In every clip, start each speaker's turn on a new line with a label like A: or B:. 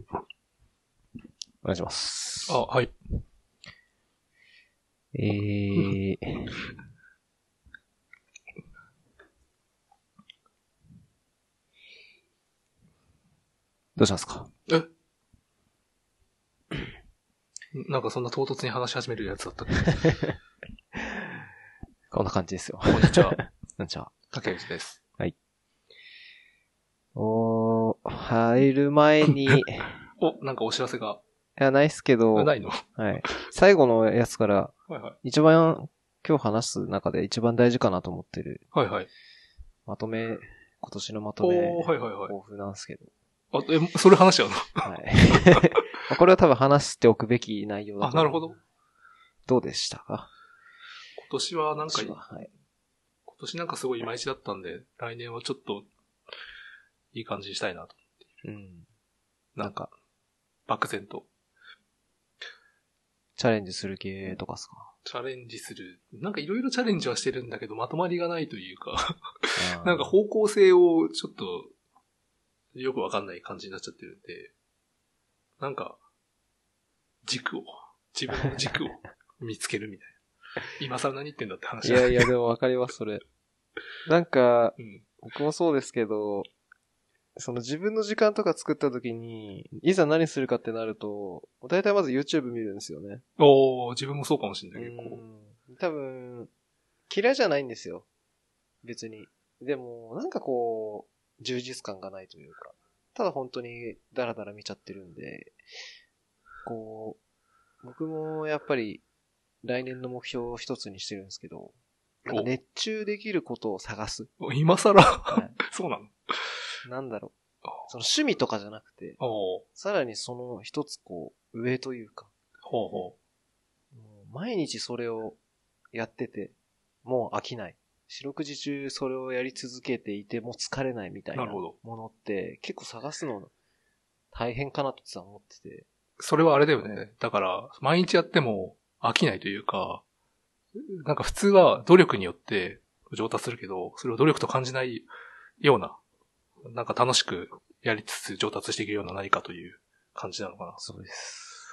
A: お願いします。
B: あ、はい。
A: どうしたんですか？
B: なんかそんな唐突に話し始めるやつだったっけ？
A: こんな感じですよ。
B: こんにちは。
A: こんにちは。
B: 竹内です。
A: はい。入る前に。
B: なんかお知らせが。
A: いや、ないっすけど。
B: ないの？
A: はい。最後のやつから、
B: はいはい。
A: 一番今日話す中で一番大事かなと思ってる。
B: はいはい。
A: 今年のまとめ。
B: はいはいはい。
A: 豊富なんですけど。
B: それ話しちゃうの？
A: はい。これは多分話しておくべき内容だと思う。
B: なるほど。
A: どうでしたか？
B: 今年はなんか、
A: はい、
B: 今年なんかすごいいまいちだったんで、来年はちょっといい感じにしたいなと思って。なんか、漠然と。
A: チャレンジする系とかですか？
B: チャレンジする。なんかいろいろチャレンジはしてるんだけど、まとまりがないというか、なんか方向性をちょっと、よくわかんない感じになっちゃってるんで、なんか、自分の軸を見つけるみたいな。今更何言ってんだって話だ。
A: いや、でもわかります、それ。なんか、僕もそうですけど、その自分の時間とか作った時に、いざ何するかってなると、大体まず YouTube 見るんですよね。
B: 自分もそうかもしれない、結構。
A: 多分、嫌いじゃないんですよ。別に。でも、なんかこう、充実感がないというか、ただ本当にダラダラ見ちゃってるんで、こう、僕もやっぱり来年の目標を一つにしてるんですけど、なんか熱中できることを探す。
B: 今更、はい、そうなの？
A: なんだろう。その趣味とかじゃなくて、さらにその一つこう、上というか、もう毎日それをやってて、もう飽きない。四六時中それをやり続けていても疲れないみたいなものって結構探すの大変かなと思ってて。
B: それはあれだよね。だから毎日やっても飽きないというか、なんか普通は努力によって上達するけど、それを努力と感じないような、なんか楽しくやりつつ上達していけるような何かという感じなのかな。
A: そうです。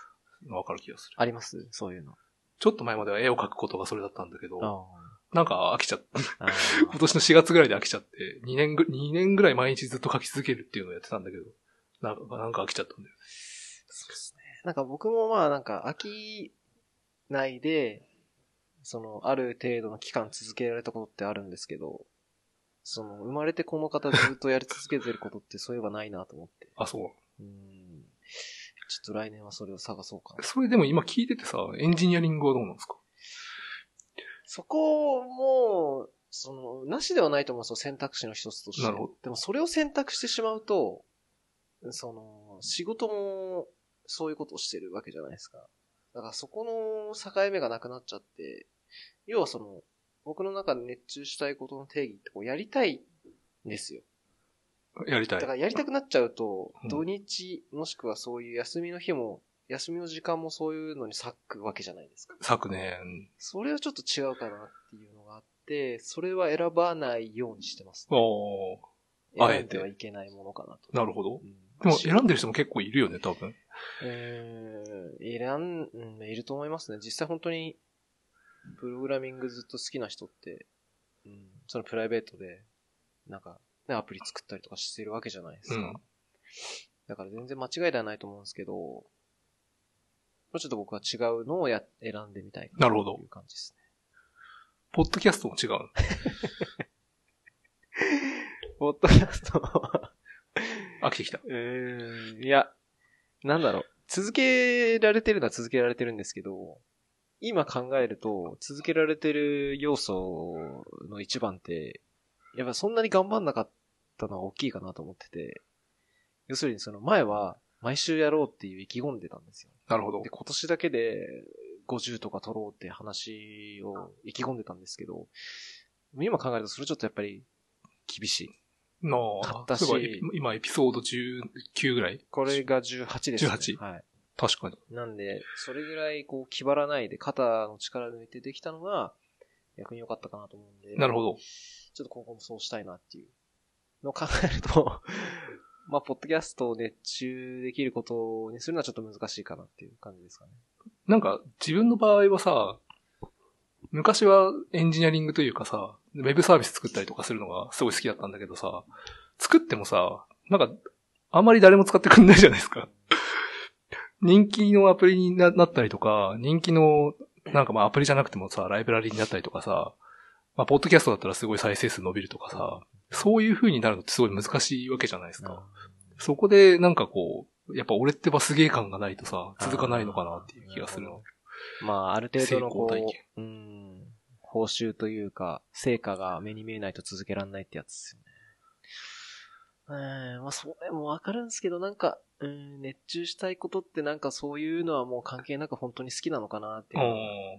B: わかる気がする。
A: ありますそういうの。
B: ちょっと前までは絵を描くことがそれだったんだけど、なんか飽きちゃった。今年の4月ぐらいで飽きちゃって、2年ぐらい毎日ずっと描き続けるっていうのをやってたんだけど、なんか飽きちゃったんだよ。
A: そうですね。なんか僕もまあなんか飽きないで、そのある程度の期間続けられたことってあるんですけど、その生まれてこの方ずっとやり続けてることってそういえばないなと思って。
B: あ、そう。
A: ちょっと来年はそれを探そうかな。
B: それでも今聞いててさ、エンジニアリングはどうなんですか？
A: そこも、なしではないと思うんですよ、選択肢の一つとして。なるほど。でもそれを選択してしまうと、仕事もそういうことをしてるわけじゃないですか。だからそこの境目がなくなっちゃって、要は僕の中で熱中したいことの定義ってこうやりたいんですよ。
B: やりたい。
A: だからやりたくなっちゃうと、土日もしくはそういう休みの日も、休みの時間もそういうのに割くわけじゃないですか。
B: 割くね。
A: それはちょっと違うかなっていうのがあって、それは選ばないようにしてます、ね。選んではいけないものかなと。
B: なるほど。でも選んでる人も結構いるよね、多分。
A: いると思いますね。実際本当に、プログラミングずっと好きな人って、そのプライベートで、なんか、ね、アプリ作ったりとかしてるわけじゃないですか。だから全然間違いではないと思うんですけど、もうちょっと僕は違うのを選んでみたいなという感じですね。
B: ポッドキャストも違うの？
A: ポッドキャスト
B: 飽きてきた。
A: いや、なんだろう。続けられてるのは続けられてるんですけど、今考えると、続けられてる要素の一番って、やっぱそんなに頑張んなかったのは大きいかなと思ってて、要するに前は毎週やろうっていう意気込んでたんですよ。
B: なるほど。
A: で、今年だけで50とか取ろうって話を意気込んでたんですけど、今考えるとそれちょっとやっぱり厳しい。
B: かったし、今エピソード19ぐらい？
A: これが18ですね。
B: 18。
A: はい。
B: 確かに。
A: なんで、それぐらいこう気張らないで肩の力抜いてできたのが逆に良かったかなと思うんで。
B: なるほど。
A: ちょっと今後もそうしたいなっていうのを考えるとまあ、ポッドキャストを熱中できることにするのはちょっと難しいかなっていう感じですかね。
B: なんか、自分の場合はさ、昔はエンジニアリングというかさ、ウェブサービス作ったりとかするのがすごい好きだったんだけどさ、作ってもさ、なんか、あんまり誰も使ってくんないじゃないですか。人気のアプリになったりとか、人気の、なんかまあアプリじゃなくてもさ、ライブラリになったりとかさ、まあ、ポッドキャストだったらすごい再生数伸びるとかさ、そういう風になるのってすごい難しいわけじゃないですか。そこでなんかこう、やっぱ俺ってばすげえ感がないとさ、続かないのかなっていう気がするの。
A: まあ、ある程度のこ
B: 成功体
A: う、報酬というか、成果が目に見えないと続けられないってやつですよね。まあ、それもわかるんですけど、なんか、熱中したいことってなんかそういうのはもう関係なく本当に好きなのかなっていう。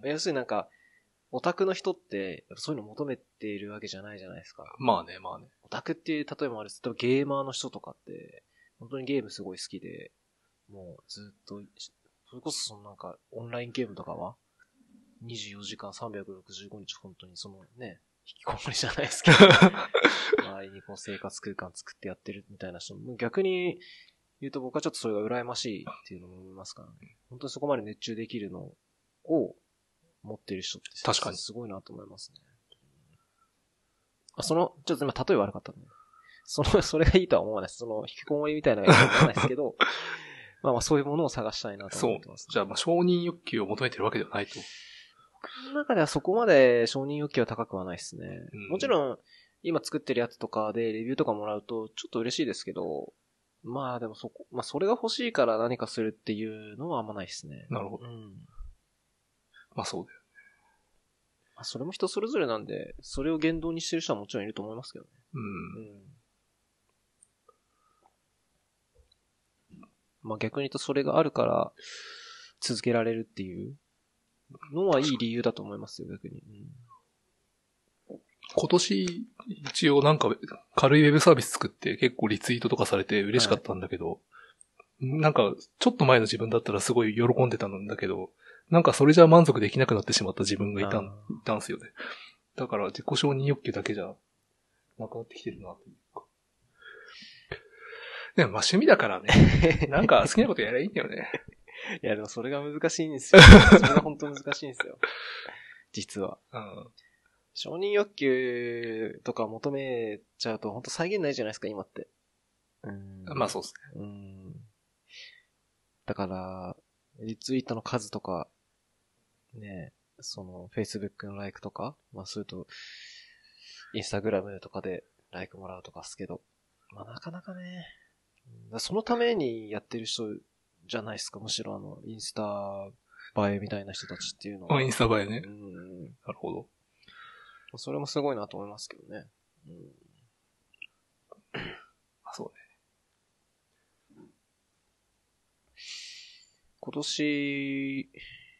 A: 要するになんか、オタクの人って、そういうの求めているわけじゃないじゃないですか。
B: まあね。
A: オタクっていう例えばあれです。例えばゲーマーの人とかって、本当にゲームすごい好きで、もうずっと、それこそそのなんか、オンラインゲームとかは、24時間365日本当にそのね、引きこもりじゃないですけど、周りにこう生活空間作ってやってるみたいな人も、逆に言うと僕はちょっとそれが羨ましいっていうのも思いますからね。本当にそこまで熱中できるのを持ってる人って
B: 確かに
A: すごいなと思いますね。ちょっと今例え悪かったね。それがいいとは思わないです。その引きこもりみたいなのは思わないですけど、まあそういうものを探したいなと思ってます、ね。
B: そう。じゃあまあ承認欲求を求めてるわけではないと。
A: 僕の中ではそこまで承認欲求は高くはないですね。もちろん、今作ってるやつとかでレビューとかもらうとちょっと嬉しいですけど、まあでもまあそれが欲しいから何かするっていうのはあんまないですね。
B: なるほど。まあそうだよね。
A: それも人それぞれなんで、それを言動にしてる人はもちろんいると思いますけどね。まあ逆に言うとそれがあるから続けられるっていうのはいい理由だと思いますよ、逆に。
B: 今年、一応なんか軽いウェブサービス作って結構リツイートとかされて嬉しかったんだけど、なんかちょっと前の自分だったらすごい喜んでたんだけど、なんかそれじゃ満足できなくなってしまった自分がいたんですよね。だから自己承認欲求だけじゃなくなってきてるなというか。でもまあ趣味だからね。なんか好きなことやればいいんだよね。
A: いやでもそれが難しいんですよ。それが本当に難しいんですよ。実は。承認欲求とか求めちゃうと本当再現ないじゃないですか、今って。
B: まあそうです
A: ね。だから、リツイートの数とか、ね、その、Facebook のライクとか、まあすると、Instagram とかでライクもらうとかですけど、まあなかなかね、そのためにやってる人じゃないですか、むしろインスタ映えみたいな人たちっていうのは。
B: インスタ映えね。なるほど。
A: それもすごいなと思いますけどね。
B: そうね。
A: 今年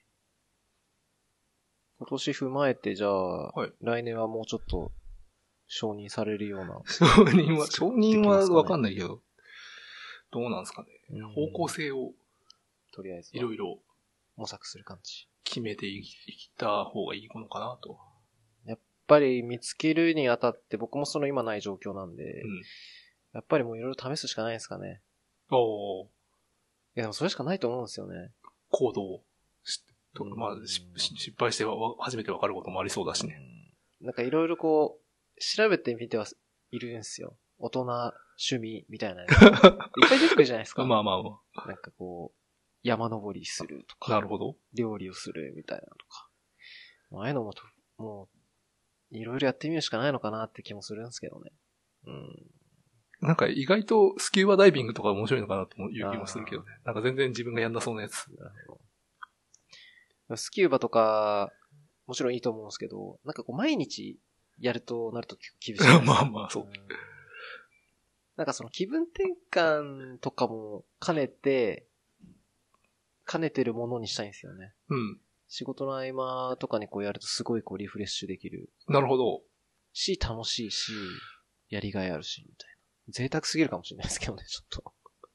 A: 踏まえて、じゃあ、来年はもうちょっと承認されるような。
B: 承認はわかんないけど、どうなんですかね。方向性を、
A: とりあえず、
B: いろいろ
A: 模索する感じ。
B: 決めていった方がいいのかなと。
A: やっぱり見つけるにあたって僕もその今ない状況なんで、やっぱりもういろいろ試すしかないですかね。いやでもそれしかないと思うんですよね。
B: 行動とか、まあ失敗して初めてわかることもありそうだしね。
A: なんかいろいろこう調べてみてはいるんですよ。大人趣味みたいな。いっぱい出てくるじゃないですか。
B: まあ。
A: なんかこう山登りするとか。
B: なるほど。
A: 料理をするみたいなとか。ああいうのもういろいろやってみるしかないのかなって気もするんですけどね。
B: なんか意外とスキューバダイビングとか面白いのかなという気もするけどね。なんか全然自分がやんなそうなやつ。なるほ
A: ど。スキューバとか、もちろんいいと思うんですけど、なんかこう毎日なると結構厳しい。
B: まあそう。
A: なんかその気分転換とかも兼ねてるものにしたいんですよね。仕事の合間とかにこうやるとすごいこうリフレッシュできる。
B: なるほど。
A: 楽しいし、やりがいあるし、みたいな。贅沢すぎるかもしれないですけどね、ちょっと。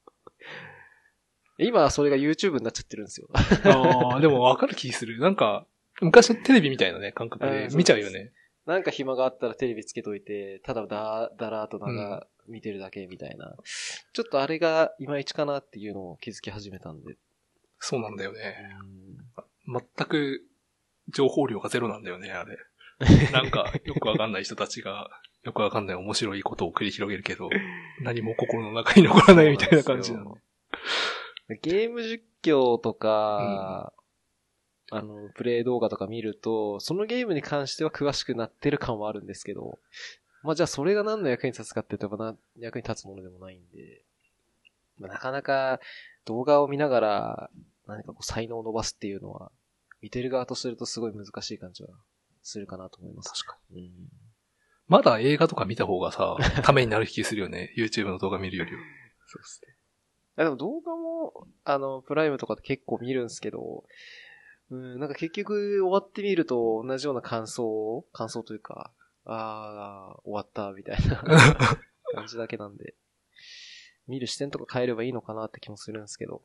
A: 今はそれが YouTube になっちゃってるんですよ。
B: でもわかる気する。なんか、昔のテレビみたいなね、感覚で見ちゃうよね。
A: なんか暇があったらテレビつけといて、ただだらーっと見てるだけみたいな。ちょっとあれがいまいちかなっていうのを気づき始めたんで。
B: そうなんだよね。全く情報量がゼロなんだよね、あれ。なんか、よくわかんない人たちが、よくわかんない面白いことを繰り広げるけど、何も心の中に残らないみたいな感じなんで。
A: ゲーム実況とか、プレイ動画とか見ると、そのゲームに関しては詳しくなってる感はあるんですけど、まあじゃあそれが何の役に立つかって言ったら役に立つものでもないんで、まあ、なかなか動画を見ながら何かこう才能を伸ばすっていうのは、見てる側とするとすごい難しい感じはするかなと思います。
B: 確か
A: に。
B: まだ映画とか見た方がさ、ためになる気するよね。YouTube の動画見るよりは。
A: そうですね。でも動画も、プライムとかって結構見るんですけど、なんか結局終わってみると同じような感想というか、終わったみたいな感じだけなんで、見る視点とか変えればいいのかなって気もするんですけど。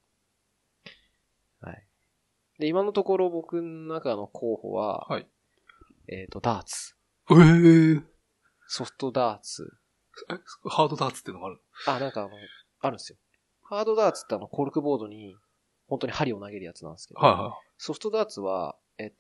A: はい。で、今のところ僕の中の候補は、
B: はい。
A: ダーツ。ソフトダーツ。
B: ハードダーツっていうのがあるの？
A: なんかあるんですよ。ハードダーツってコルクボードに、本当に針を投げるやつなんですけど、
B: はいはい。
A: ソフトダーツは、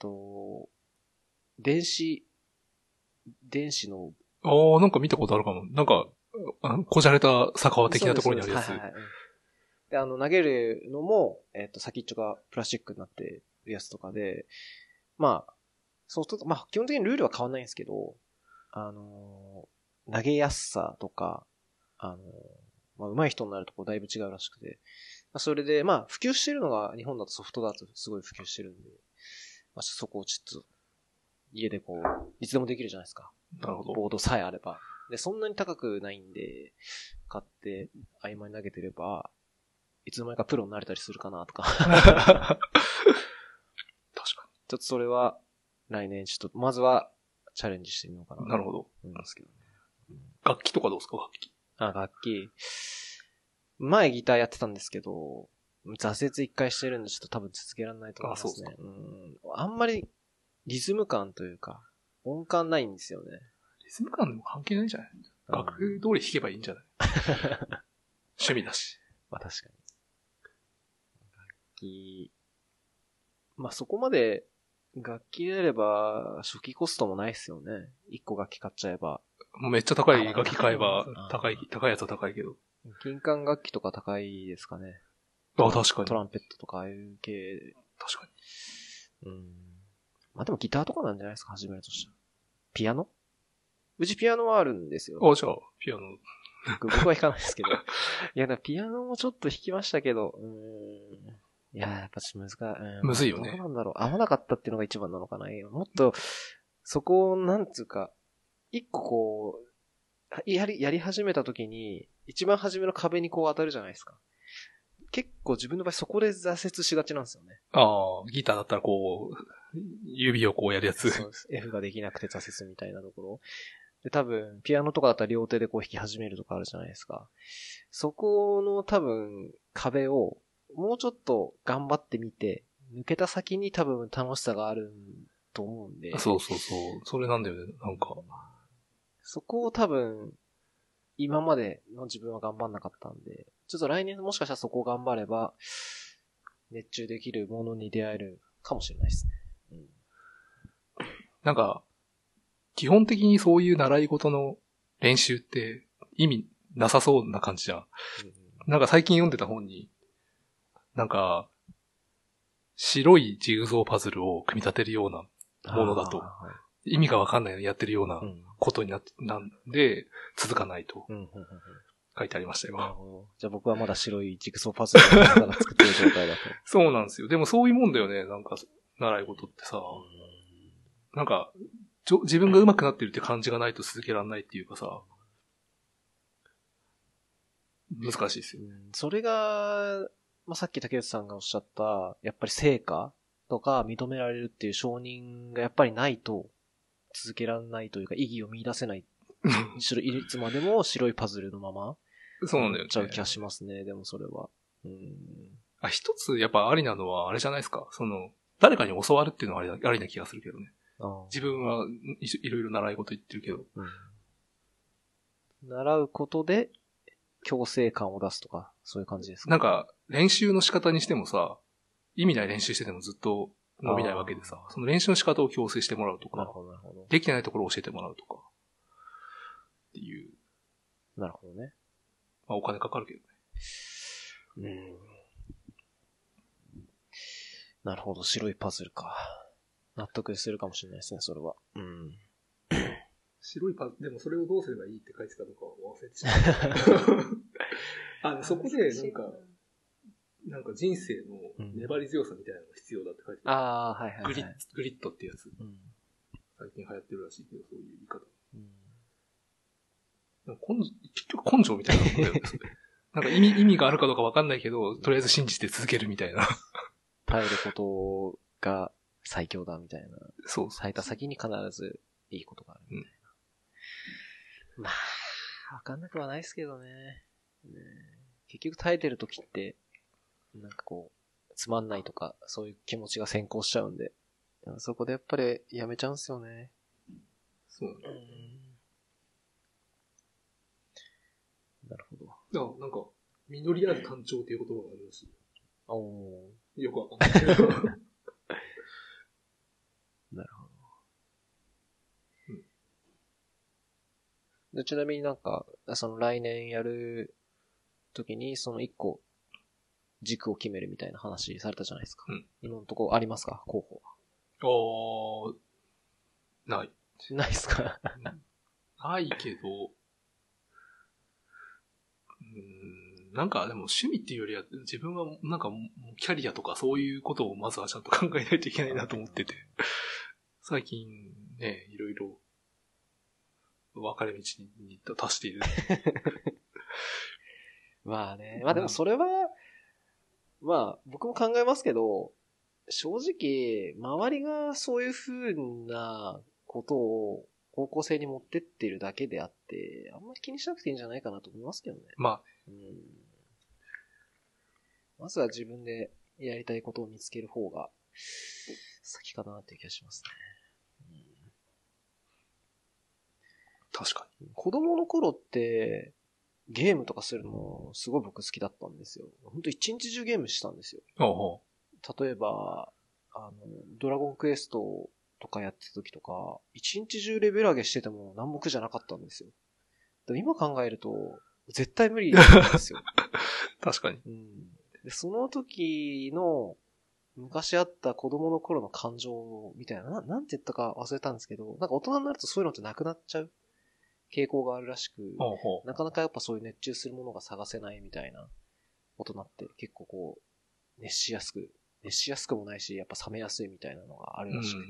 A: 電子の。
B: なんか見たことあるかも。なんか、こじゃれた酒場的なところにあるやつ。
A: はいはいはい。で、投げるのも、先っちょがプラスチックになってるやつとかで、まあ、基本的にルールは変わんないんですけど、投げやすさとか、上手い人になるとだいぶ違うらしくて、それで、普及してるのが、日本だとソフトダーツすごい普及してるんで、そこをちょっと、家でいつでもできるじゃないですか。
B: なるほど。
A: ボードさえあれば。で、そんなに高くないんで、買って、合間に投げてれば、いつの間にかプロになれたりするかなとか。確かに。ちょっとそれは、来年ちょっと、まずは、チャレンジしてみようかな。
B: なるほど。
A: 思いますけどね。
B: 楽器とかどうですか？
A: 楽器。前ギターやってたんですけど、挫折一回してるんでちょっと多分続けられないと思いますね。あんまりリズム感というか、音感ないんですよね。
B: リズム感でも関係ないんじゃない？楽譜通り弾けばいいんじゃない？趣味だし。
A: 確かに。楽器、そこまで楽器であれば初期コストもないですよね。一個楽器買っちゃえば。
B: もうめっちゃ高い楽器買えば、高いやつは高いけど。
A: 金管楽器とか高いですかね。
B: 確かに。
A: トランペットとかああいう系。
B: 確かに。
A: でもギターとかなんじゃないですか、始めるとしたら。ピアノ？うちピアノはあるんですよ。
B: じゃあ、ピアノ。
A: 僕は弾かないですけど。いや、ピアノもちょっと弾きましたけど、いや、やっぱ
B: むずいよね。
A: どうなんだろう。合わなかったっていうのが一番なのかな。もっと、そこを、なんつうか、一個やり始めた時に、一番初めの壁に当たるじゃないですか。結構自分の場合そこで挫折しがちなんですよね。
B: ギターだったら指をやるやつ。
A: そうです。F ができなくて挫折みたいなところ。で、多分、ピアノとかだったら両手で弾き始めるとかあるじゃないですか。そこの多分、壁を、もうちょっと頑張ってみて、抜けた先に多分楽しさがあると思うんで。
B: そう。それなんだよね、なんか。
A: そこを多分、今までの自分は頑張んなかったんで、ちょっと来年もしかしたらそこを頑張れば、熱中できるものに出会えるかもしれないですね。
B: なんか、基本的にそういう習い事の練習って意味なさそうな感じじゃん。なんか最近読んでた本に、なんか、白いジグゾーパズルを組み立てるようなものだと、意味がわかんないのにやってるようなことになんで、続かないと書いてありましたよ。
A: なるほど。じゃあ僕はまだ白いジグソーパズルを作ってる状態だと。
B: そうなんですよ。でもそういうもんだよね。なんか、習い事ってさ、なんか、自分が上手くなってるって感じがないと続けられないっていうかさ、難しいですよ。
A: それが、さっき竹内さんがおっしゃった、やっぱり成果とか認められるっていう承認がやっぱりないと続けられないというか意義を見出せない。いつまでも白いパズルのまま。
B: そうなんだよね。
A: ちゃう気がしますね、でもそれは。
B: 一つやっぱありなのはあれじゃないですか。誰かに教わるっていうのはありな気がするけどね。 自分はいろいろ習い事言ってるけど。
A: 習うことで強制感を出すとか、そういう感じですか？
B: なんか、練習の仕方にしてもさ、意味ない練習しててもずっと伸びないわけでさ、その練習の仕方を強制してもらうとか、できてないところを教えてもらうとか、っていう。
A: なるほどね。
B: まあお金かかるけど
A: ね。なるほど、白いパズルか。納得するかもしれないですね、それは。
B: 白いパズル、でもそれをどうすればいいって書いてたのか忘れてしまった。そこでなんか人生の粘り強さみたいなのが必要だって書いてた。
A: はいはい、はい。
B: グリッドってやつ。最近流行ってるらしいけど、そういう言い方。結局根性みたいなことだよね。なんか意味があるかどうかわかんないけど、とりあえず信じて続けるみたいな。
A: 耐えることが最強だみたいな。
B: そう。
A: 耐えた先に必ずいいことがあるみたいな。まあ、わかんなくはないですけどね。結局耐えてる時って、なんかこう、つまんないとか、そういう気持ちが先行しちゃうんで、そこでやっぱりやめちゃうんすよね。
B: そうなんだ。
A: なるほど。
B: なんか、実りある単調っていう言葉があるらしい。よくわかんないけど。
A: なるほど。ちなみになんか、その来年やる時に、その一個、軸を決めるみたいな話されたじゃないですか。今のところありますか、候補
B: は。ない。
A: ないですか
B: ないけど、なんかでも趣味っていうよりは自分はなんかキャリアとかそういうことをまずはちゃんと考えないといけないなと思ってて、最近ね、いろいろ分かれ道に達している。
A: まあね。まあでもそれは、まあ僕も考えますけど、正直、周りがそういう風なことを方向性に持ってってるだけであって、あんまり気にしなくていいんじゃないかなと思いますけどね。
B: まあ、
A: まずは自分でやりたいことを見つける方が先かなっていう気がしますね。
B: 確か
A: に。子供の頃ってゲームとかするのすごい僕好きだったんですよ。本当一日中ゲームしたんですよ。例えば、ドラゴンクエストとかやってた時とか、一日中レベル上げしてても何も苦じゃなかったんですよ。でも今考えると、絶対無理なんですよ。
B: 確かに。
A: で、その時の、昔あった子供の頃の感情みたいな、なんて言ったか忘れたんですけど、なんか大人になるとそういうのってなくなっちゃう傾向があるらしく、なかなかやっぱそういう熱中するものが探せないみたいな大人って結構こう、熱しやすくもないし、やっぱ冷めやすいみたいなのがあるらしく、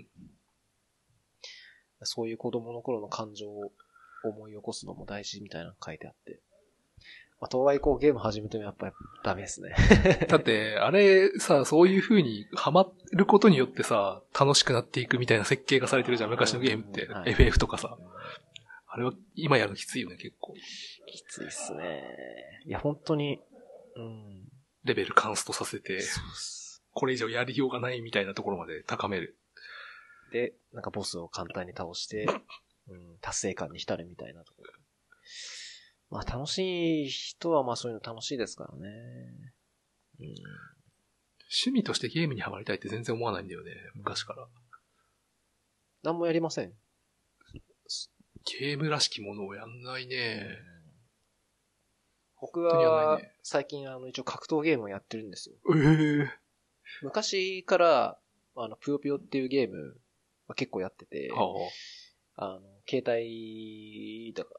A: そういう子供の頃の感情を思い起こすのも大事みたいなのが書いてあって、まあ、とはいえこうゲーム始めてもやっぱりダメですね。
B: だって、あれさ、そういう風にハマることによってさ、楽しくなっていくみたいな設計がされてるじゃん、昔のゲームって。FF とかさ。あれは今やるのきついよね、結構。
A: きついっすね。いや、本当に、
B: レベルカンストさせて、これ以上やりようがないみたいなところまで高める。
A: で、なんかボスを簡単に倒して、達成感に浸るみたいなところ。まあ楽しい人はまあそういうの楽しいですからね。
B: 趣味としてゲームにハマりたいって全然思わないんだよね、昔から。
A: 何もやりません。
B: ゲームらしきものをやんないね。
A: 僕は最近一応格闘ゲームをやってるんですよ。昔からぷよぷよっていうゲーム結構やってて、携帯だから、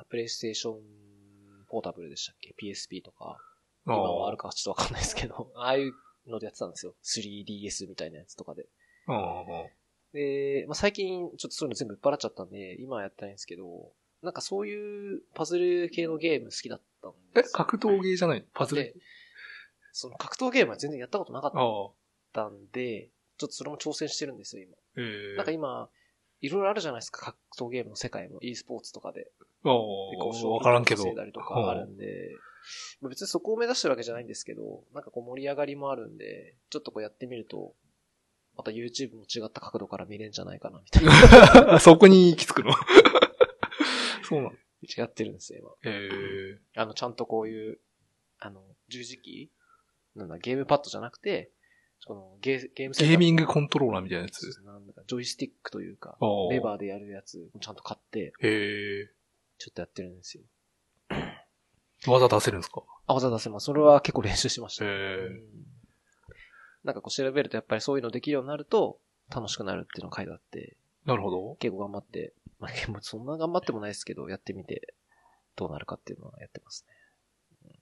A: プレイステーションポータブルでしたっけ ?PSP とか。今はあるかちょっとわかんないですけど、ああいうのでやってたんですよ。3DS みたいなやつとかで。で、まあ、最近ちょっとそういうの全部売っ払っちゃったんで、今はやってないんですけど、なんかそういうパズル系のゲーム好きだったんですよ。
B: 格闘ゲーじゃないパズル？
A: その格闘ゲームは全然やったことなかったんで、ちょっとそれも挑戦してるんですよ、今。なんか今、いろいろあるじゃないですか、格闘ゲームの世界も e スポーツとかで。
B: わからんけど。
A: たりとかあるんで、別にそこを目指してるわけじゃないんですけど、なんかこう盛り上がりもあるんで、ちょっとこうやってみると、 また YouTube も違った角度から見れるんじゃないかな、みたいな。
B: そこに行き着くのそうなの？
A: 違ってるんですよ、今。ちゃんとこういう、十字キーなんだ、ゲームパッドじゃなくて、このゲー
B: ミングコントローラーみたいなやつ。
A: なんだかジョイスティックというか、レバーでやるやつちゃんと買って、ちょっとやってるんですよ。
B: 技出せるんですか？
A: 技出せます。それは結構練習しました。なんかこう調べるとやっぱりそういうのできるようになると楽しくなるっていうのが書いてあって。
B: なるほど。
A: 結構頑張って、まあそんな頑張ってもないですけど、やってみてどうなるかっていうのはやってますね。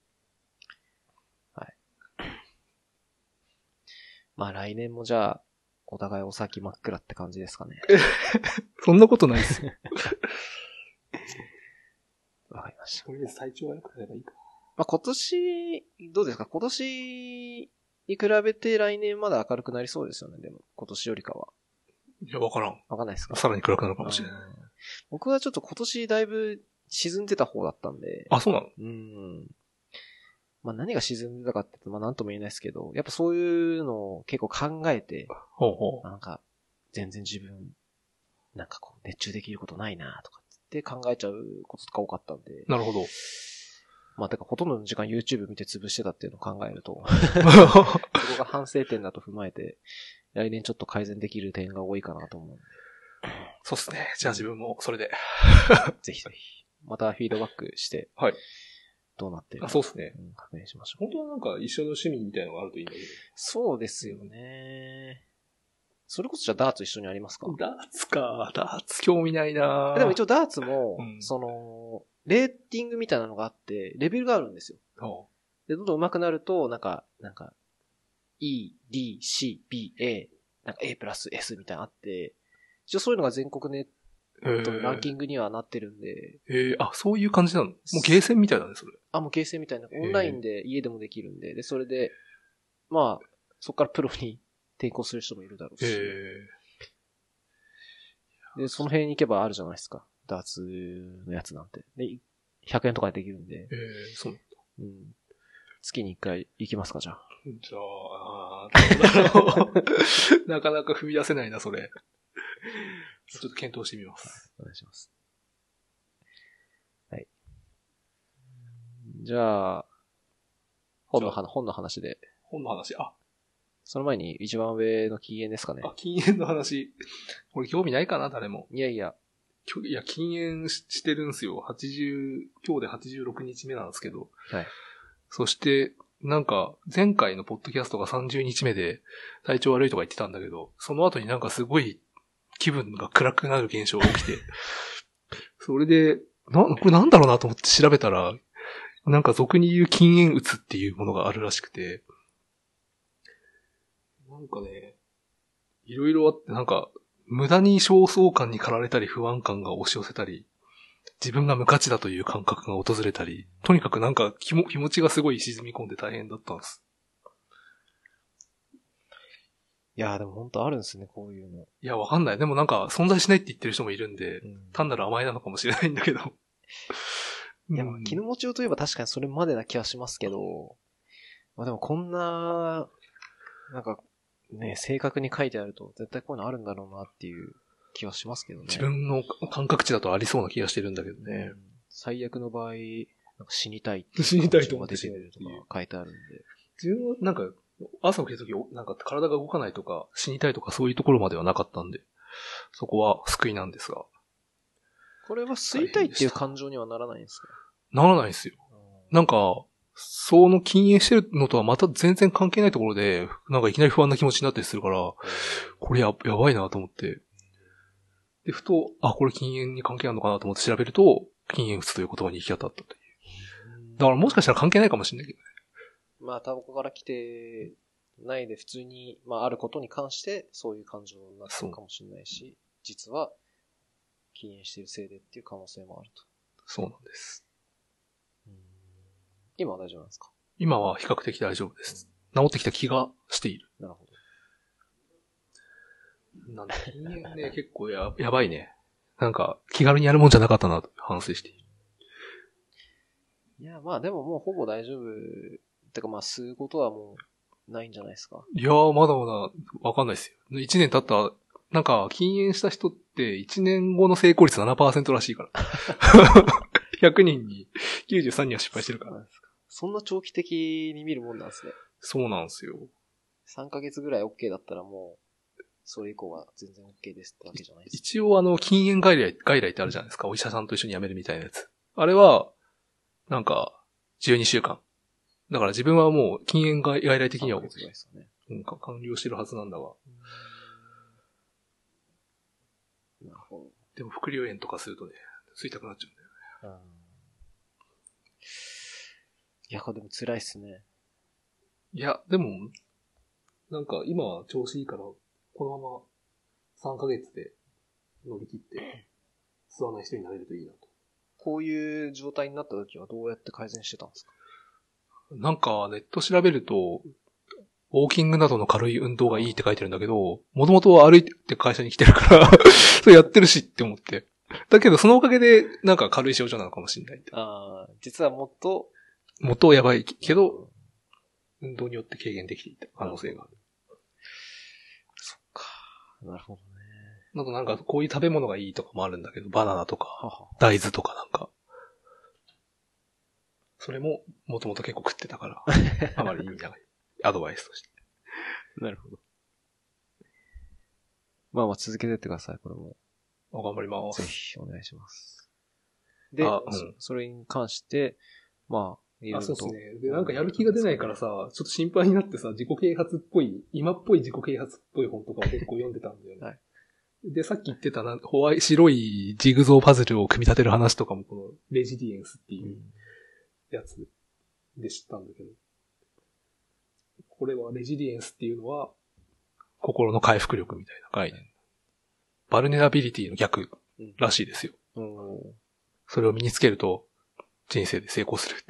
A: はい。まあ来年もじゃあ、お互いお先真っ暗って感じですかね。
B: そんなことないですよ。
A: わかりました。
B: とりあえず体調が良くなればいいか。
A: まあ今年、どうですか？今年に比べて来年まだ明るくなりそうですよね、でも。今年よりかは。
B: いや、わからん。
A: わかんないですか？
B: さらに暗くなるかもしれない。
A: 僕はちょっと今年だいぶ沈んでた方だったんで。
B: あ、そうなの？
A: まあ何が沈んでたかって言うと、まあなんとも言えないですけど、やっぱそういうのを結構考えて、なんか、全然自分、なんかこう、熱中できることないなとかって考えちゃうこととか多かったんで。
B: なるほど。
A: まあ、てかほとんどの時間 YouTube 見て潰してたっていうのを考えると、そこが反省点だと踏まえて、来年ちょっと改善できる点が多いかなと思うんで。
B: そうっすね。じゃあ自分もそれで。
A: ぜひぜひ。またフィードバックして。
B: はい。
A: どうなってるか。
B: そうっすね。
A: 確認しましょう。
B: 本当はなんか一緒の趣味みたいなのがあるといいんだけど。
A: そうですよね。それこそじゃあダーツ一緒にありますか？
B: ダーツか。ダーツ興味ないな。
A: でも一応ダーツも、レーティングみたいなのがあって、レベルがあるんですよ。で、どんどん上手くなると、なんか、E, D, C, B, A, なんか A プラス S みたいなのあって、一応そういうのが全国ネットのランキングにはなってるんで。
B: そういう感じなの？もうゲーセンみたいだね、それ。
A: もうゲーセンみたいな。オンラインで家でもできるんで、で、それで、まあ、そこからプロに転向する人もいるだろうし。で、その辺に行けばあるじゃないですか。ダーツのやつなんて。で、100円とかでできるんで。
B: そうなんだ。
A: 月に1回行きますか、じゃあ。
B: じゃあ、どうだろう。なかなか踏み出せないな、それ。ちょっと検討してみます。
A: お願いします。はい。じゃあ、本の話で。
B: 本の話、
A: その前に一番上の禁煙ですかね。
B: 禁煙の話。これ興味ないかな、誰も。
A: いや、
B: 禁煙してるんすよ。今日で86日目なんですけど。
A: はい。
B: そして、なんか、前回のポッドキャストが30日目で、体調悪いとか言ってたんだけど、その後になんかすごい気分が暗くなる現象が起きて、それで、これなんだろうなと思って調べたら、なんか俗に言う禁煙うつっていうものがあるらしくて、なんかね、いろいろあって、なんか、無駄に焦燥感に駆られたり不安感が押し寄せたり、自分が無価値だという感覚が訪れたり、とにかくなんか気持ちがすごい沈み込んで大変だったんです。
A: いやーでも本当あるんですね、こういうの。
B: いや、わかんない。でもなんか存在しないって言ってる人もいるんで、単なる甘えなのかもしれないんだけど。
A: いや、気の持ちようといえば確かにそれまでな気はしますけど、まあでもこんな、なんかね、正確に書いてあると絶対こういうのあるんだろうなっていう気はしますけどね。
B: 自分の感覚値だとありそうな気がしてるんだけどね。
A: 最悪の場合、なんか死にたい
B: っていう感情が
A: 出てくるとか書いてあるんで。
B: 自分はなんか、朝起きた時、なんか体が動かないとか、死にたいとかそういうところまではなかったんで、そこは救いなんですが。
A: これは吸いたいっていう感情にはならないんですか？
B: ならないですよ。なんか、その禁煙してるのとはまた全然関係ないところで、なんかいきなり不安な気持ちになったりするから、これやばいなと思って。で、ふと、これ禁煙に関係あるのかなと思って調べると、禁煙うつという言葉に行き当たったという。だからもしかしたら関係ないかもしれないけどね。
A: まあ、タバコから来てないで普通に、まあ、あることに関してそういう感情になってるかもしれないし、実は禁煙しているせいでっていう可能性もあると。
B: そうなんです。
A: 今は大丈夫なんですか？
B: 今は比較的大丈夫です。治ってきた気がしている。
A: なるほ
B: ど。なんだ、禁煙ね、結構やばいね。なんか、気軽にやるもんじゃなかったなと反省している。
A: いや、まあでももうほぼ大丈夫。てかまあ吸うことはもうないんじゃないですか。
B: いやー、まだまだわかんないですよ。1年経った、なんか、禁煙した人って1年後の成功率 7% らしいから。100人に93人は失敗してるから。
A: そんな長期的に見るもんなんですね。
B: そうなんですよ。
A: 3ヶ月ぐらい OK だったらもう、それ以降は全然 OK ですってわけじゃないです。
B: 一応禁煙外来ってあるじゃないですか。お医者さんと一緒に辞めるみたいなやつ。あれは、なんか、12週間。だから自分はもう禁煙外来的には、完了してるはずなんだが。
A: なるほど。
B: でも副流炎とかするとね、吸いたくなっちゃうんだよね。
A: いや、でも辛いっすね。
B: いや、でも、なんか今は調子いいから、このまま3ヶ月で乗り切って吸わない人になれるといいなと。
A: こういう状態になった時はどうやって改善してたんですか？
B: なんかネット調べると、ウォーキングなどの軽い運動がいいって書いてるんだけど、もともと歩いて会社に来てるからそれやってるしって思って。だけどそのおかげでなんか軽い症状なのかもしれない。
A: 実はもっと
B: やばいけど、運動によって軽減できていた可能性がある。
A: そっか。なるほどね。
B: なんかこういう食べ物がいいとかもあるんだけど、バナナとか、大豆とかなんか。それももともと結構食ってたから、あまり意味ない。アドバイスとして。
A: なるほど。まあ続けてってください、これも。
B: 頑張ります。
A: ぜひお願いします。で、それに関して、いろいろと。
B: そうですね。で、なんかやる気が出ないからさ、ちょっと心配になってさ、自己啓発っぽい、今っぽい自己啓発っぽい本とかを結構読んでたんだよね。はい。で、さっき言ってた白いジグゾーパズルを組み立てる話とかもこのレジリエンスっていうやつで知ったんだけど、これはレジリエンスっていうのは心の回復力みたいな概念。バルネラビリティの逆らしいですよ。それを身につけると人生で成功する。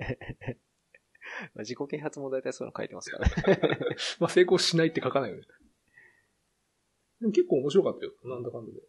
A: 自己啓発も大体そういうの書いてますからね。
B: 成功しないって書かないよね。でも結構面白かったよ。なんだかんだで。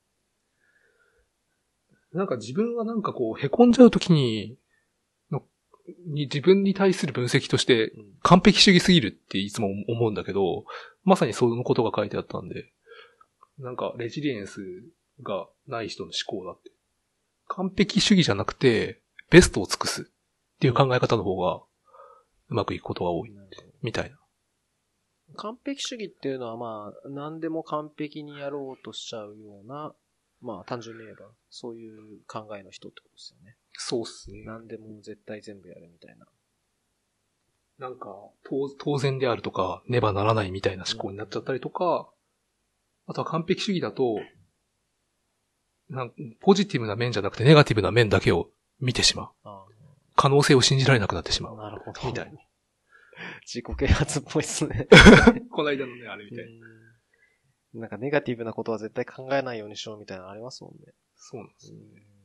B: なんか自分はなんかこう、凹んじゃうときに自分に対する分析として、完璧主義すぎるっていつも思うんだけど、まさにそのことが書いてあったんで、なんかレジリエンスがない人の思考だって。完璧主義じゃなくて、ベストを尽くすっていう考え方の方が、うまくいくことが多い、みたいな。
A: 完璧主義っていうのは何でも完璧にやろうとしちゃうような、単純に言えば、そういう考えの人ってことですよね。
B: そうっすね。
A: 何でも絶対全部やるみたいな。
B: なんか、当然であるとか、ねばならないみたいな思考になっちゃったりとか、あとは完璧主義だと、ポジティブな面じゃなくてネガティブな面だけを見てしまう。可能性を信じられなくなってしまう。
A: なるほど。
B: みたいな。
A: 自己啓発っぽいっすね。
B: こないだのね、あれみたい
A: な。なんかネガティブなことは絶対考えないようにしようみたいなのありますもんね。
B: そうなんですね。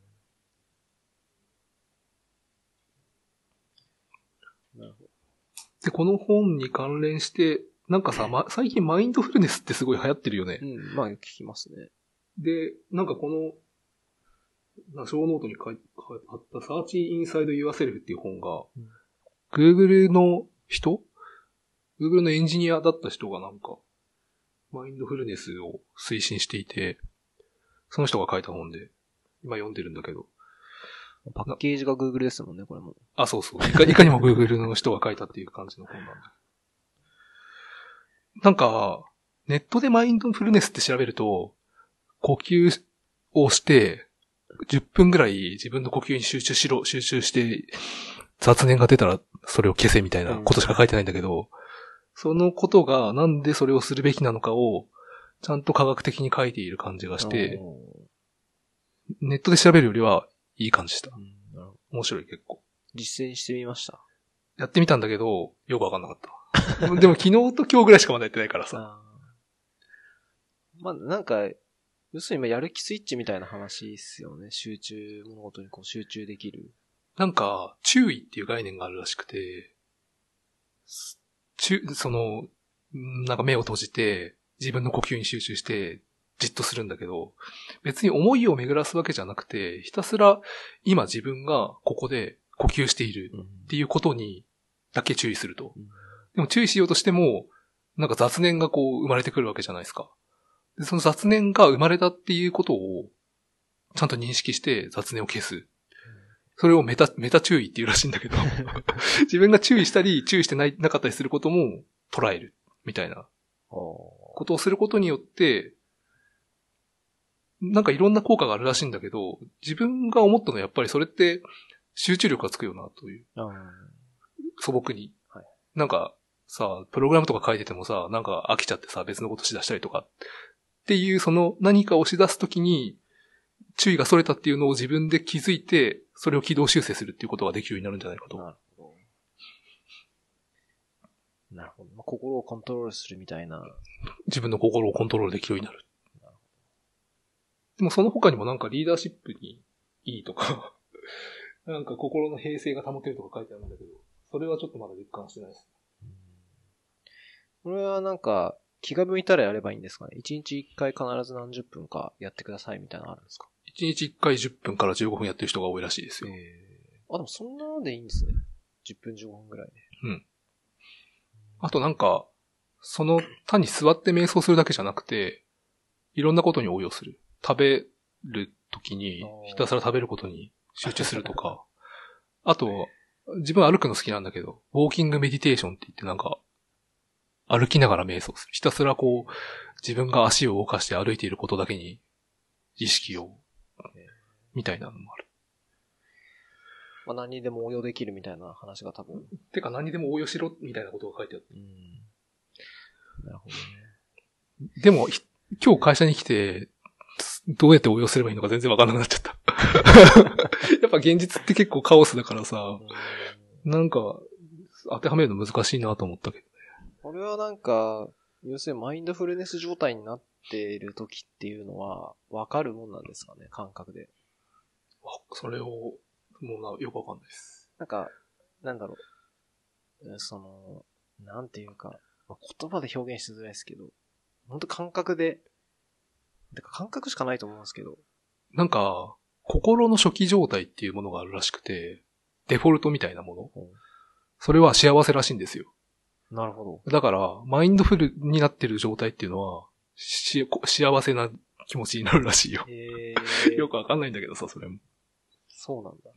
A: なるほど。
B: で、この本に関連して、なんかさ、最近マインドフルネスってすごい流行ってるよね。
A: 聞きますね。
B: で、なんかこの、小ノートに書いてあった Search Inside Yourself っていう本が、Google の人？ Google のエンジニアだった人がなんか、マインドフルネスを推進していて、その人が書いた本で、今読んでるんだけど。
A: パッケージが Google ですもんね、これも。
B: そうそう。いかにも Google の人が書いたっていう感じの本なんだ。なんか、ネットでマインドフルネスって調べると、呼吸をして、10分ぐらい自分の呼吸に集中して、雑念が出たらそれを消せみたいなことしか書いてないんだけど、そのことがなんでそれをするべきなのかを、ちゃんと科学的に書いている感じがして、ネットで調べるよりはいい感じした。面白い結構。
A: 実践してみました。
B: やってみたんだけど、よくわかんなかった。でも昨日と今日ぐらいしかまだやってないからさ。
A: なんか、要するに今やる気スイッチみたいな話ですよね。物事に集中できる。
B: なんか、注意っていう概念があるらしくて、なんか目を閉じて、自分の呼吸に集中して、じっとするんだけど、別に思いを巡らすわけじゃなくて、ひたすら今自分がここで呼吸しているっていうことにだけ注意すると。 でも注意しようとしても、なんか雑念がこう生まれてくるわけじゃないですか。で、その雑念が生まれたっていうことを、ちゃんと認識して雑念を消す。それをメタ注意っていうらしいんだけど、自分が注意したり、注意してなかったりすることも捉える。みたいなことをすることによって、なんかいろんな効果があるらしいんだけど、自分が思ったのはやっぱりそれって集中力がつくよなという。素朴に。はい、なんかさ、プログラムとか書いててもさ、なんか飽きちゃってさ、別のことしだしたりとかっていうその何かをしだすときに注意が逸れたっていうのを自分で気づいて、それを軌道修正するっていうことができるようになるんじゃないかと。
A: なるほど。まあ、心をコントロールするみたいな。
B: 自分の心をコントロールできるようになる。でもその他にもなんかリーダーシップにいいとか、なんか心の平静が保てるとか書いてあるんだけど、それはちょっとまだ実感してないです。
A: これはなんか気が向いたらやればいいんですかね。1日1回必ず何十分かやってくださいみたいなのあるんですか。
B: 1日1回10分から15分やってる人が多いらしいですよ。
A: あ、でもそんなのでいいんですね。10分15分ぐらいで。
B: うん。あとなんか、その単に座って瞑想するだけじゃなくて、いろんなことに応用する。食べるときに、ひたすら食べることに集中するとか。あと、自分歩くの好きなんだけど、ウォーキングメディテーションって言ってなんか、歩きながら瞑想する。ひたすらこう、自分が足を動かして歩いていることだけに意識を、みたいなのもある。
A: まあ、何にでも応用できるみたいな話が多分。
B: てか何にでも応用しろみたいなことが書いてある。
A: なるほどね。
B: でも、今日会社に来て、どうやって応用すればいいのか全然わかんなくなっちゃった。やっぱ現実って結構カオスだからさ、なんか、当てはめるの難しいなと思ったけどね。
A: これはなんか、要するにマインドフルネス状態になっている時っていうのは、わかるもんなんですかね、感覚で。
B: それを、もうよくわかんないです。
A: なんか、なんだろう。なんていうか、言葉で表現しづらいですけど、本当感覚で、てか感覚しかないと思うんですけど。
B: なんか、心の初期状態っていうものがあるらしくて、デフォルトみたいなもの。それは幸せらしいんですよ。
A: なるほど。
B: だから、マインドフルになってる状態っていうのは、幸せな気持ちになるらしいよ。よくわかんないんだけどさ、それも。
A: そうなんだ。
B: うん。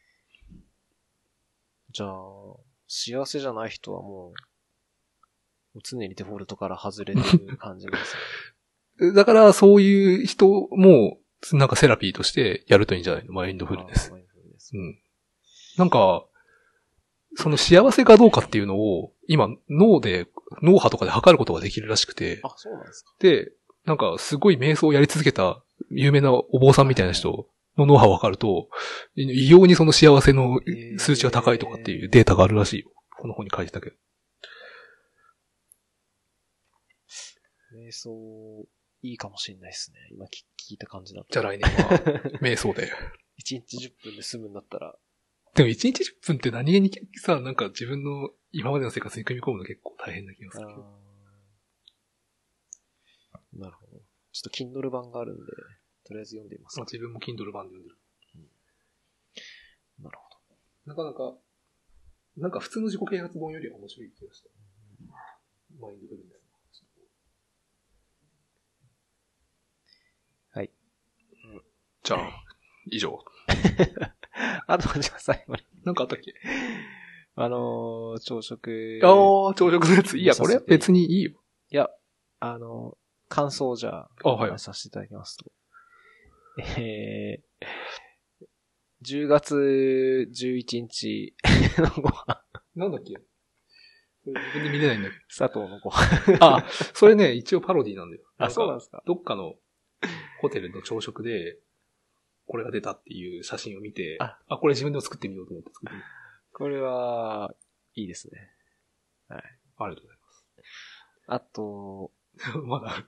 A: じゃあ、幸せじゃない人はもう常にデフォルトから外れてる感じです
B: ね。だから、そういう人も、なんかセラピーとしてやるといいんじゃないの？マインドフルネス。マインドフルネス。うん。なんか、その幸せかどうかっていうのを、今、脳波とかで測ることができるらしくて。
A: あ、そうなんですか。
B: で、なんか、すごい瞑想をやり続けた、有名なお坊さんみたいな人の脳波を測ると、異様にその幸せの数値が高いとかっていうデータがあるらしいよ。この本に書いてたけど。
A: 瞑想、いいかもしれないですね。今聞いた感じだと。
B: じゃあ来年は、瞑想で。
A: 1日10分で済むんだったら。
B: でも1日10分って何気にさ、なんか自分の今までの生活に組み込むの結構大変な気がする。
A: なるほど。ちょっと Kindle 版があるんで、とりあえず読んでみます。
B: 自分も Kindle 版で読んでる。
A: なるほ
B: ど。なかなか、なんか普通の自己啓発本よりは面白い気がした。マインドフルネス。
A: はい。
B: じゃあ、以上。
A: あと、じゃあ最後に。
B: なんかあったっけ？
A: 朝食。
B: 朝食のやつ。いや、これ別にいいよ。
A: いや、感想をじゃあ、
B: はい。
A: させていただきますと。10月11日のご飯。
B: なんだっけ？自分で見れないんだけど。
A: 佐藤のご飯。
B: あ、それね、一応パロディなんだよ。
A: あ、そうなんですか。
B: どっかのホテルの朝食で、これが出たっていう写真を見て、これ自分でも作ってみようと思って作ってみた。これは、いいですね。はい。ありがとうございます。あと、まだ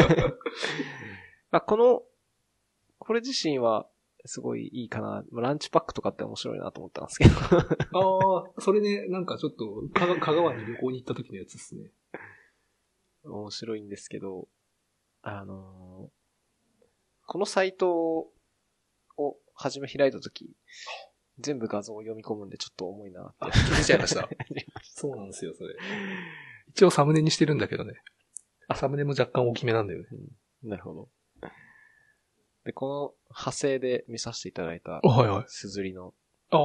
B: これ自身は、すごいいいかな。ランチパックとかって面白いなと思ったんですけど。それね、なんかちょっと、香川に旅行に行った時のやつですね。面白いんですけど、このサイトを初め開いた時、全部画像を読み込むんでちょっと重いなって。気づいちゃいました。 そうなんですよ、それ。一応サムネにしてるんだけどね。サムネも若干大きめなんだよね。
A: なるほど。で、この派生で見させていただいた、
B: はいはい。
A: すずりの
B: ああ。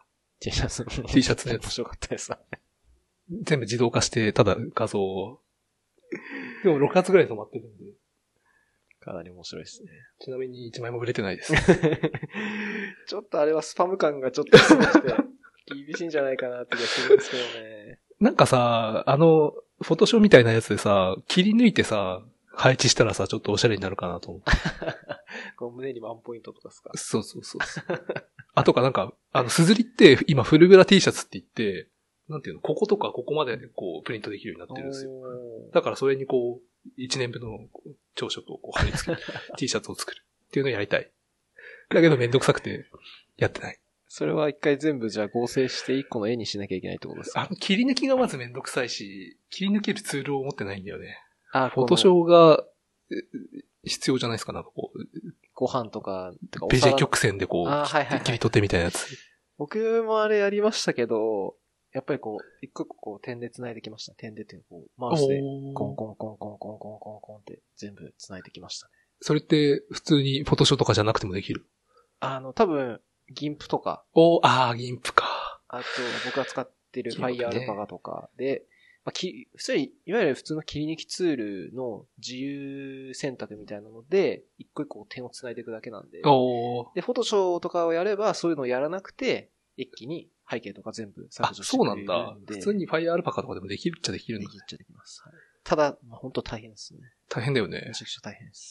A: T シャツ。
B: T シャツのやつ。
A: 面白かったです。
B: 全部自動化して、ただ画像を。でも6月ぐらい止まってるんで。
A: かなり面白いですね。
B: ちなみに1枚も売れてないです。
A: ちょっとあれはスパム感がちょっとすごくて、厳しいんじゃないかなって気がするんですけどね。
B: なんかさ、フォトショーみたいなやつでさ、切り抜いてさ、配置したらさ、ちょっとおしゃれになるかなと思って。
A: こう胸にワンポイントとかですか？
B: そうそうそう。あとかなんか、すずりって今フルグラ T シャツって言って、なんていうの、こことかここまでこうプリントできるようになってるんですよ。だからそれにこう、1年分の朝食をこう貼り付けて T シャツを作るっていうのをやりたい。だけどめんどくさくてやってない。
A: それは一回全部じゃあ合成して一個の絵にしなきゃいけないってことですか？
B: 切り抜きがまずめんどくさいし、切り抜けるツールを持ってないんだよね。
A: フ
B: ォトショーが必要じゃないですか、なんかこう。
A: ご飯とか、
B: ベジェ曲線でこう、切り取ってみたいなやつ。
A: 僕もあれやりましたけど、やっぱりこう、一個一個こう点で繋いできました。点でっていうこう、マウスでコンコンコンコンコンコンコンコンって全部繋いできましたね。
B: それって普通にフォトショーとかじゃなくてもできる？
A: 多分、ギンプとか。
B: ギンプか。
A: あと、僕が使ってる FireAlpha とかで、普通に、いわゆる普通の切り抜きツールの自由選択みたいなので、一個一個点を繋いでいくだけなんで。で、フォトショーとかをやれば、そういうのをやらなくて、一気に背景とか全部削除してくれるんで。
B: そうなんだ。普通に FireAlpha とかでもできるっちゃできるんだ。
A: できるっちゃできます。はい、ただ、本当大変ですね。
B: 大変だよね。
A: めちゃくちゃ大変です。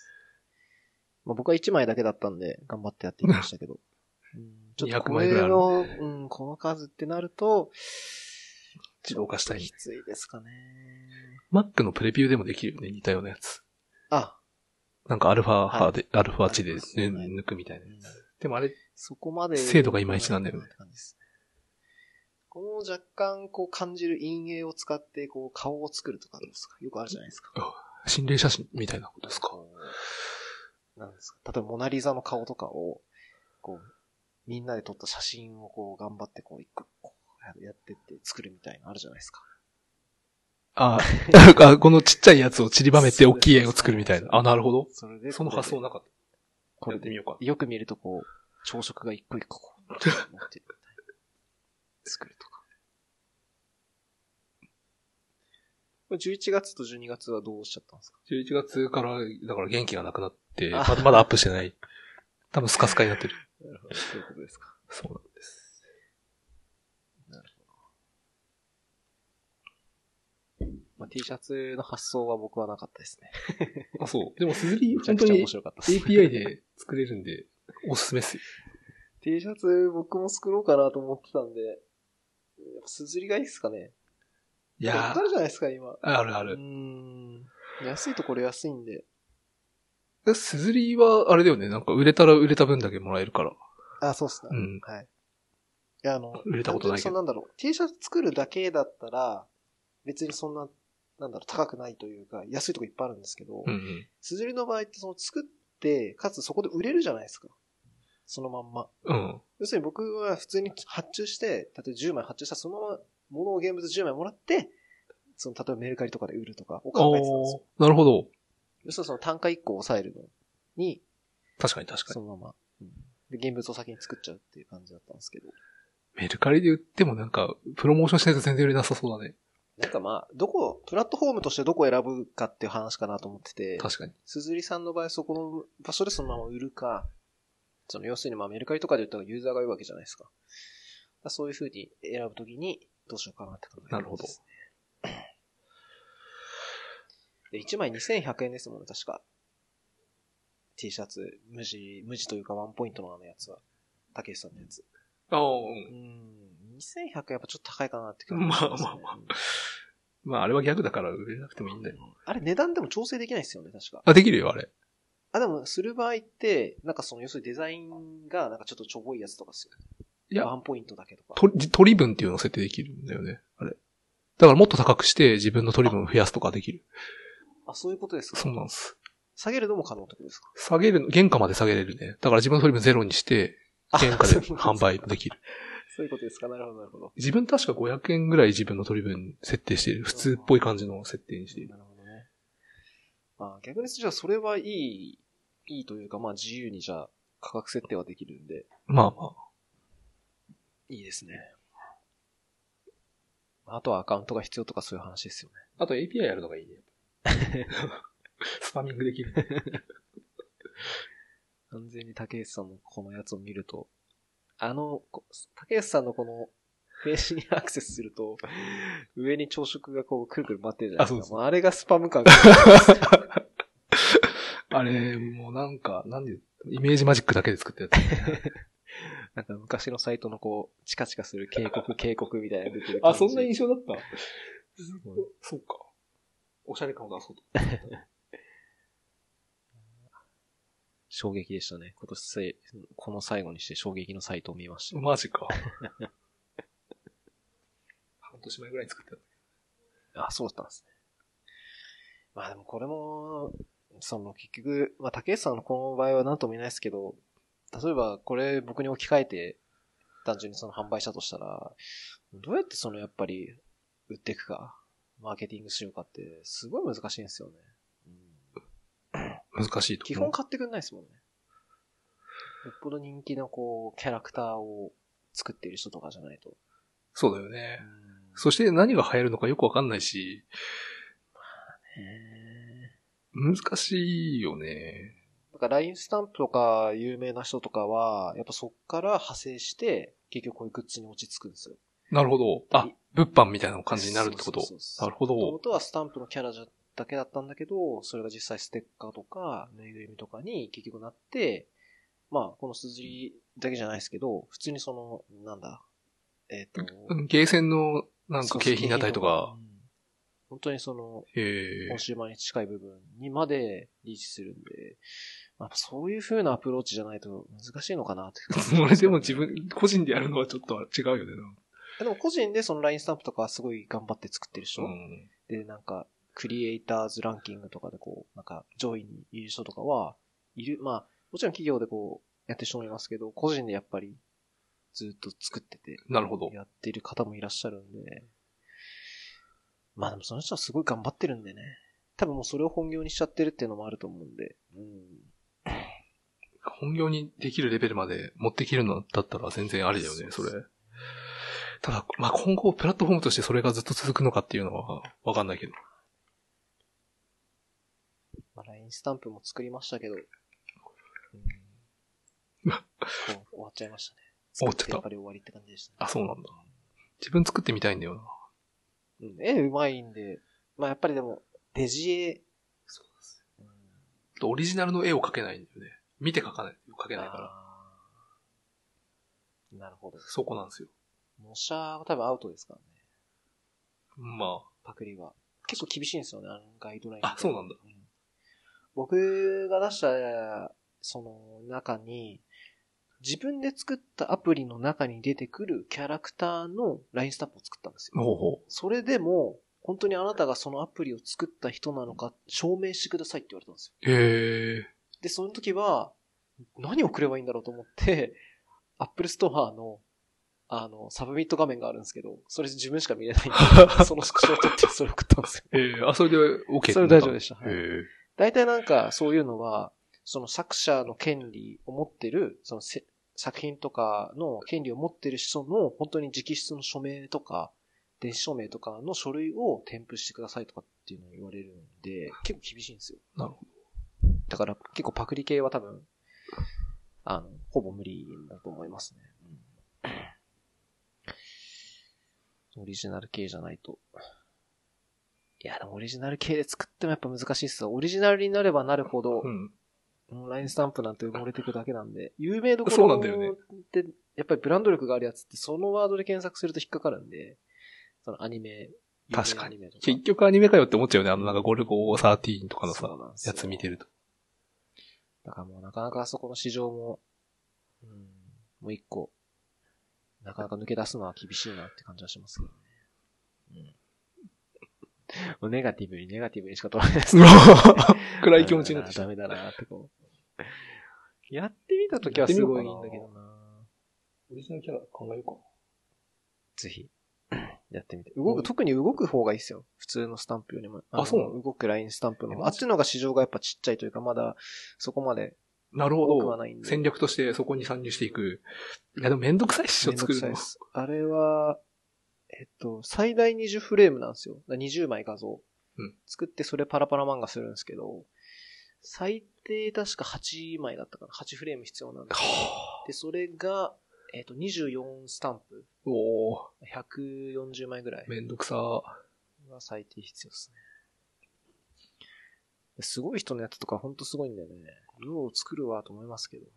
A: 僕は1枚だけだったんで、頑張ってやっていきましたけど。ちょっとこれの、この数ってなると、
B: 自動化したい。
A: きついですかね。
B: Mac のプレビューでもできるよね、似たようなやつ。なんかアルファ値で抜くみたいなやつ。でもあれ、
A: そこまで
B: 精度がいまいちなんだよね。
A: この若干こう感じる陰影を使ってこう顔を作るとかですか？よくあるじゃないですか。
B: 心霊写真みたいなことですか？
A: なんですか？例えばモナリザの顔とかを、こう、みんなで撮った写真をこう頑張ってこう一個やってって作るみたいなのあるじゃないですか。
B: このちっちゃいやつを散りばめて大きい絵を作るみたいな。なるほど。その発想なかった。やってみようか。
A: よく見るとこう、朝食が一個一個こう、持ってるみたいな。作るとか。11月と12月はどうしちゃったんですか？
B: 11 月から、だから元気がなくなって、まだアップしてない。多分スカスカになってる。
A: なるほど。そういうことですか。
B: そうなんです。
A: なるほど。T シャツの発想は僕はなかったですね。
B: そう。でもすずり本当に API で作れるんで、おすすめっすよ。
A: T シャツ僕も作ろうかなと思ってたんで、すずりがいいっすかね。いやー。あるじゃないですか、今。
B: あるある。
A: 安いところ安いんで。
B: すずりは、あれだよね。なんか売れたら売れた分だけもらえるから。
A: そうっすね。はい。いや、
B: 売れたことないけど。
A: なんだろう。T シャツ作るだけだったら、別にそんな、高くないというか、安いとこいっぱいあるんですけど、すずりの場合って作って、かつそこで売れるじゃないですか。そのまんま。要するに僕は普通に発注して、例えば10枚発注したらそのまま物を現物10枚もらって、例えばメルカリとかで売るとかを考えてたんですよ。
B: なるほど。
A: 要するにその単価1個を抑えるのに、
B: 確かに。
A: そのまま、で、現物を先に作っちゃうっていう感じだったんですけど。
B: メルカリで売ってもなんか、プロモーションしないと全然売れなさそうだね。
A: プラットフォームとしてどこを選ぶかっていう話かなと思ってて。
B: 確かに。
A: すずりさんの場合そこの場所でそのまま売るか、要するにメルカリとかで言ったらユーザーがいるわけじゃないですか。そういう風に選ぶときにどうしようかなって考えてます。
B: なるほど。
A: で、1枚2100円ですもんね、確か。T シャツ、無地というかワンポイントのやつは。たけしさんのやつ。2100円やっぱちょっと高いかなって感じですね。
B: まああれはギャグだから売れなくてもいいんだよ。
A: あれ値段でも調整できないですよね、確か。
B: できるよ、あれ。
A: でも、する場合って、要するにデザインがちょっとちょぼいやつとかですよ。いや。ワンポイントだけとか。
B: 取り分っていうのを設定できるんだよね、あれ。だからもっと高くして自分の取り分を増やすとかできる。
A: そういうことですか？
B: そうなんです。
A: 下げるのも可能ってことですか？
B: 原価まで下げれるね。だから自分の取り分ゼロにして、原価で販売できる。
A: そういうことですか。なるほど、なるほど。
B: 自分確か500円ぐらい自分の取り分設定している。普通っぽい感じの設定にしている。
A: なるほどね。逆にじゃあそれはいいというか、自由にじゃあ価格設定はできるんで。
B: まあまあ。
A: いいですね。あとはアカウントが必要とかそういう話ですよね。
B: あと API やるのがいいね。スパミングできる。
A: 完全に竹内さんのこのやつを見ると、竹内さんのこのページにアクセスすると、上に朝食がこうくるくる回ってるじゃないですか。あれがスパム感が
B: あれ、もうなんか、イメージマジックだけで作ったやつ、ね。
A: なんか昔のサイトのこう、チカチカする警告みたいなの出てる感じ。
B: そんな印象だった。そうか。おしゃれ感を出そうと。
A: 衝撃でしたね。この最後にして衝撃のサイトを見ました。
B: マジか。半年前ぐらいに作った。
A: そうだったんですね。でもこれも、結局、竹内さんのこの場合は何とも言えないですけど、例えばこれ僕に置き換えて、単純に販売したとしたら、どうやってやっぱり、売っていくか、マーケティングしようかって、すごい難しいんですよね。
B: 難しいと。
A: 基本買ってくんないですもんね。よっぽど人気のキャラクターを作っている人とかじゃないと。
B: そうだよね。そして何が流行るのかよくわかんないし。難しいよね。
A: だから LINE スタンプとか有名な人とかは、やっぱそっから派生して、結局こういうグッズに落ち着くんですよ。
B: なるほど。物販みたいな感じになるってこと。なるほど。
A: 元々はスタンプのキャラだけだったんだけど、それが実際ステッカーとか、ぬいぐるみとかに結局なって、このすずりだけじゃないですけど、普通に
B: ゲーセンのなんか景品だったりとか、
A: 本当にコンシューマーに近い部分にまでリーチするんで、そういう風なアプローチじゃないと難しいのかなって。
B: 俺でも個人でやるのはちょっと違うよね。
A: でも個人でLINE スタンプとかすごい頑張って作ってる人、で、クリエイターズランキングとかで上位にいる人とかいる。もちろん企業でやってる人もいますけど、個人でやっぱりずっと作ってて、
B: なるほど。
A: やってる方もいらっしゃるんで、でもその人はすごい頑張ってるんでね。多分もうそれを本業にしちゃってるっていうのもあると思うんで。
B: 本業にできるレベルまで持ってきるのだったら全然ありだよね、それ。ただ、今後プラットフォームとしてそれがずっと続くのかっていうのはわかんないけど。
A: LINE スタンプも作りましたけど、終わっちゃいましたね。
B: 終わっちゃった。
A: やっぱり終わりって感じでしたね。
B: そうなんだ。自分作ってみたいんだよな。
A: 絵うまいんで、やっぱりでも、デジ絵。
B: そうです。オリジナルの絵を描けないんだよね。見て描けないから。
A: なるほど。
B: そこなんですよ。
A: 模写は多分アウトですからね。パクリは。結構厳しいんですよね、ガイドライン。
B: そうなんだ。
A: 僕が出した中に、自分で作ったアプリの中に出てくるキャラクターの LINE スタンプを作ったんですよ。それでも、本当にあなたがそのアプリを作った人なのか証明してくださいって言われたんですよ。で、その時は、何を送ればいいんだろうと思って、Apple Store のサブミット画面があるんですけど、それ自分しか見れないんで、そのスクショを撮ってそれ送ったんですよ。
B: それで OK？
A: それ大丈夫でした。大体そういうのは、作者の権利を持ってる、作品とかの権利を持ってる人の本当に直筆の署名とか、電子署名とかの書類を添付してくださいとかっていうのを言われるんで、結構厳しいんですよ。
B: なるほ
A: ど。だから結構パクリ系は多分、ほぼ無理だと思いますね。オリジナル系じゃないと。いや、でもオリジナル系で作ってもやっぱ難しいっすよ。オリジナルになればなるほど、LINE スタンプなんて埋もれていくだけなんで、有名どころってやっぱりブランド力があるやつってそのワードで検索すると引っかかるんで、アニメ、
B: 確かに。結局アニメかよって思っちゃうよね。ゴルゴ13とかのさ、やつ見てると。
A: だからもうなかなかそこの市場も、もう一個、なかなか抜け出すのは厳しいなって感じはしますけどね。もうネガティブにしか取らないですね。
B: 暗い気持ちになって
A: ダメだなってやってみたときはすごいいいんだけどな。
B: オリジナルキャラ考えようか。
A: ぜひ、やってみて。特に動く方がいいですよ。普通のスタンプよりも。
B: そう
A: 動くラインスタンプの方が。あっちの方が市場がやっぱちっちゃいというか、まだそこまで
B: なるほど。
A: 多くはないんで。
B: 戦略としてそこに参入していく。いやでもめんどくさいっしょ、作るの。
A: あれは、最大20フレームなんですよ。20枚画像。作ってそれパラパラ漫画するんですけど、最低確か8枚だったかな。8フレーム必要なんですよ。で、それが、24スタンプ。140枚ぐらい。
B: めんどくさ
A: が最低必要ですね。すごい人のやつとかほんとすごいんだよね。よう作るわと思いますけど。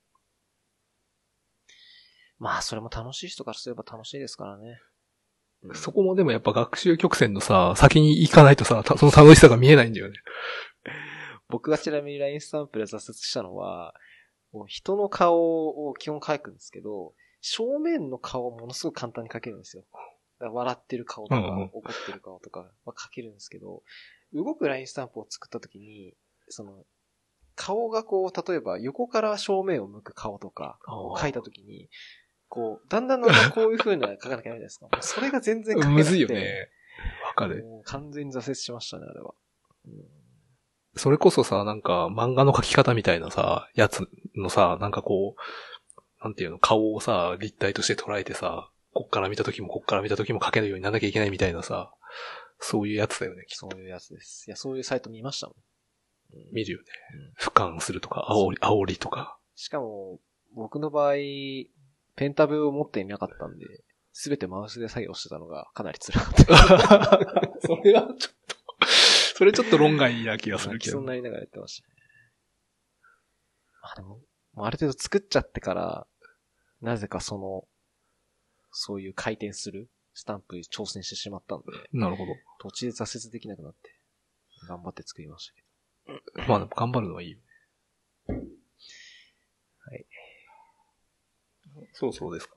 A: まあ、それも楽しい人からすれば楽しいですからね。
B: そこもでもやっぱ学習曲線のさ、先に行かないとさ、その楽しさが見えないんだよね。
A: 僕がちなみに LINE スタンプで挫折したのは、もう人の顔を基本描くんですけど、正面の顔をものすごく簡単に描けるんですよ。だから笑ってる顔とか、怒ってる顔とかは描けるんですけど、動く LINE スタンプを作った時に、顔がこう、例えば横から正面を向く顔とかを描いた時に、こう、だんだんこういう風な描かなきゃいけないじゃないですか。それが全然描けなくて。
B: むずいよね。わかる。
A: もう完全に挫折しましたね、あれは。
B: それこそさ、なんか漫画の描き方みたいなさ、やつのさ、なんかこう、なんていうの、顔をさ、立体として捉えてさ、こっから見た時も描けるようにならなきゃいけないみたいなさ、そういうやつだよね、きっと。
A: そういうやつです。いや、そういうサイト見ましたもん。
B: 見るよね。俯瞰するとか、煽りとか。
A: しかも、僕の場合、ペンタブを持っていなかったんで、すべてマウスで作業してたのがかなり辛かった。
B: それはちょっと、それちょっと論外な気がするけど。
A: そうなりながらやってましたね。でも、ある程度作っちゃってから、なぜかそういう回転するスタンプに挑戦してしまったんで。
B: なるほど。
A: 途中で挫折できなくなって、頑張って作りましたけど。
B: まあでも頑張るのはいいよ。
A: はい。
B: そうですか。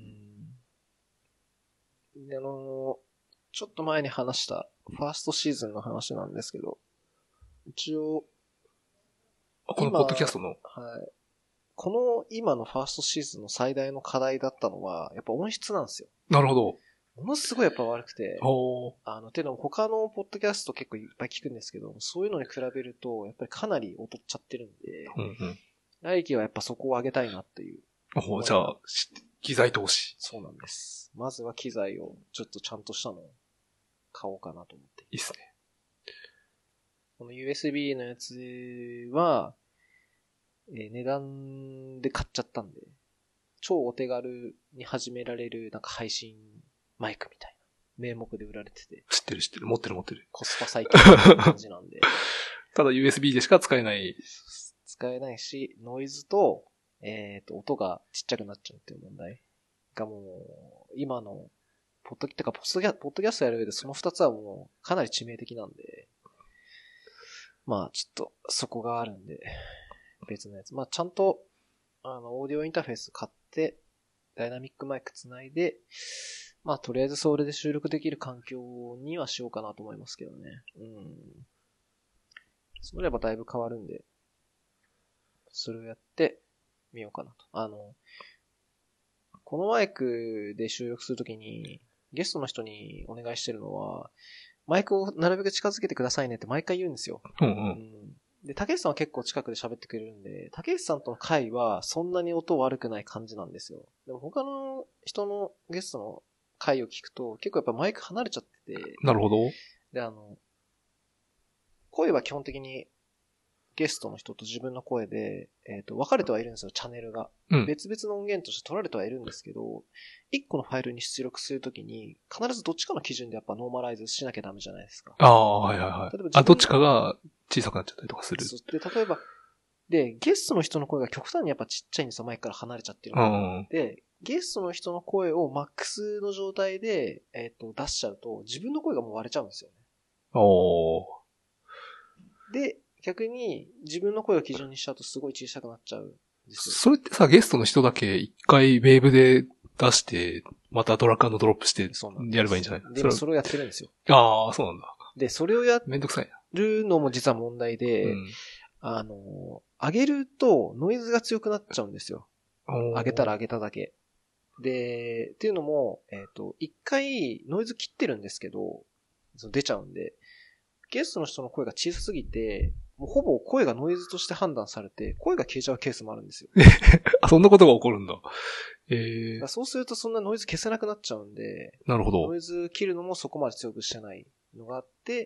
A: でちょっと前に話したファーストシーズンの話なんですけど、一応、
B: このポッドキャストの。
A: はい。この今のファーストシーズンの最大の課題だったのは、やっぱ音質なんですよ。
B: なるほど。
A: ものすごいやっぱ悪くて、っていうのも他のポッドキャスト結構いっぱい聞くんですけど、そういうのに比べると、やっぱりかなり劣っちゃってるんで、来期はやっぱそこを上げたいなっていう。
B: じゃあ、機材投資。
A: そうなんです。まずは機材をちょっとちゃんとしたのを買おうかなと思って。
B: いいっすね。
A: この USB のやつは、値段で買っちゃったんで、超お手軽に始められるなんか配信マイクみたいな名目で売られてて。
B: 知ってる。持ってる。
A: コスパ最強な感じなんで。
B: ただ USB でしか使えない。
A: 使えないし、ノイズと、音がちっちゃくなっちゃうっていう問題がもう、今の、ポッドキャストやる上でその2つはもうかなり致命的なんで、まあちょっとそこがあるんで、別のやつ。まあちゃんと、オーディオインターフェース買って、ダイナミックマイクつないで、まあとりあえずそれで収録できる環境にはしようかなと思いますけどね。そうればだいぶ変わるんで、それをやってみようかなと。このマイクで収録するときに、ゲストの人にお願いしてるのは、マイクをなるべく近づけてくださいねって毎回言うんですよ。で、竹内さんは結構近くで喋ってくれるんで、竹内さんとの会はそんなに音悪くない感じなんですよ。でも他の人のゲストの会を聞くと、結構やっぱマイク離れちゃってて。
B: なるほど。
A: で、声は基本的にゲストの人と自分の声で、分かれてはいるんですよ、チャンネルが。別々の音源として取られてはいるんですけど、一個のファイルに出力するときに、必ずどっちかの基準でやっぱノーマライズしなきゃダメじゃないですか。
B: はい。どっちかが小さくなっちゃったりとかする。
A: で、例えば、ゲストの人の声が極端にやっぱちっちゃいんですよ、マイクから離れちゃってる。で、ゲストの人の声をマックスの状態で、出しちゃうと、自分の声がもう割れちゃうんですよね。で、逆に自分の声を基準にしちゃうとすごい小さくなっちゃうんですよ。
B: それってさ、ゲストの人だけ一回ウェーブで出して、またドラッグ&ドロップしてやればいいんじゃない
A: でもそれをやってるんですよ。
B: そうなんだ。
A: で、それをや
B: めんどくさい
A: るのも実は問題で、上げるとノイズが強くなっちゃうんですよ。上げたら上げただけ。 で、っていうのも、一回ノイズ切ってるんですけど、出ちゃうんで、ゲストの人の声が小さすぎて、もうほぼ声がノイズとして判断されて、声が消えちゃうケースもあるんですよ。
B: あ、そんなことが起こるんだ。
A: そうするとそんなノイズ消せなくなっちゃうんで、
B: なるほど。
A: ノイズ切るのもそこまで強くしてないのがあって、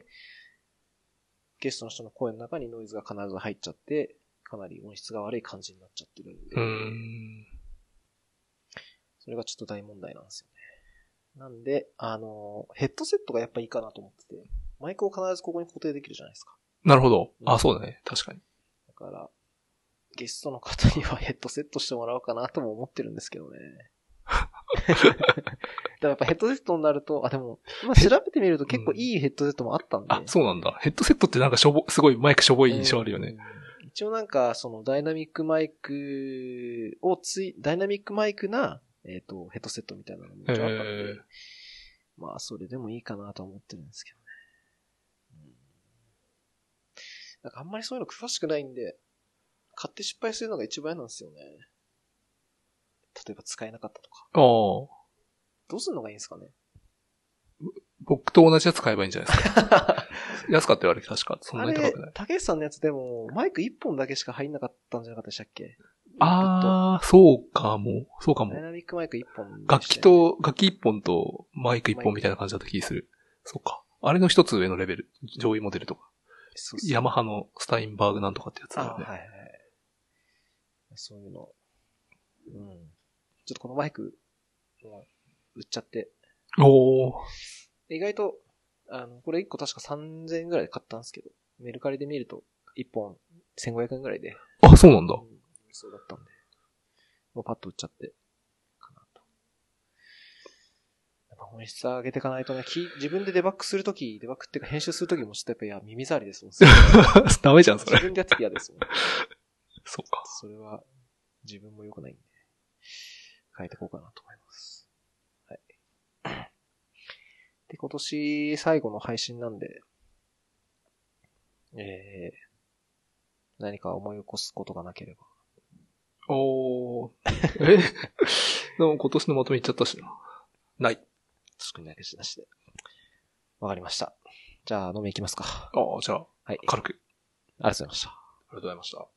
A: ゲストの人の声の中にノイズが必ず入っちゃって、かなり音質が悪い感じになっちゃってるんで、それがちょっと大問題なんですよね。なんで、ヘッドセットがやっぱいいかなと思ってて、マイクを必ずここに固定できるじゃないですか。
B: なるほど。あ、そうだね。確かに。
A: だから、ゲストの方にはヘッドセットしてもらおうかなとも思ってるんですけどね。だからやっぱヘッドセットになると、でも、今調べてみると結構いいヘッドセットもあったんで。
B: あ、そうなんだ。ヘッドセットってなんかすごいマイクしょぼい印象あるよね。
A: 一応なんか、そのダイナミックマイクな、ヘッドセットみたいなのも一応あったんで、まあ、それでもいいかなと思ってるんですけどね。なんかあんまりそういうの詳しくないんで、買って失敗するのが一番嫌なんですよね。例えば使えなかったとか。どうするのがいいんですかね。
B: 僕と同じやつ買えばいいんじゃないですか。安かったよ、あれ確か。そんなに高くない。
A: 竹内さんのやつでも、マイク1本だけしか入んなかったんじゃなかったでしたっけ？
B: そうかも。そうかも。
A: ダイナミックマイク1本、ね。
B: 楽器1本とマイク1本みたいな感じだった気がする。そうか。あれの一つ上のレベル。上位モデルとか。ヤマハのスタインバーグなんとかってやつだよね。はいはい。
A: そういうの。ちょっとこのマイク、売っちゃって。意外と、これ1個確か3000円ぐらいで買ったんですけど、メルカリで見ると1本1500円ぐらいで。
B: あ、そうなんだ。
A: そうだったんで。もうパッと売っちゃって。かなと。やっぱ音質上げていかないとね、自分でデバッグっていうか編集するときもちょっとやっぱ耳障りですもん。
B: ダメじゃん、それ。
A: 自分でやってて嫌ですもん。
B: そうか。
A: それは自分も良くないんで、変えていこうかなと思います。はい。で、今年最後の配信なんで、何か思い起こすことがなければ。
B: でも今年のまとめ言っちゃったしな。ない。
A: 少ないなしで。わかりました。じゃあ飲み行きますか。
B: じゃあ、はい。軽く。
A: ありがとうございました。
B: ありがとうございました。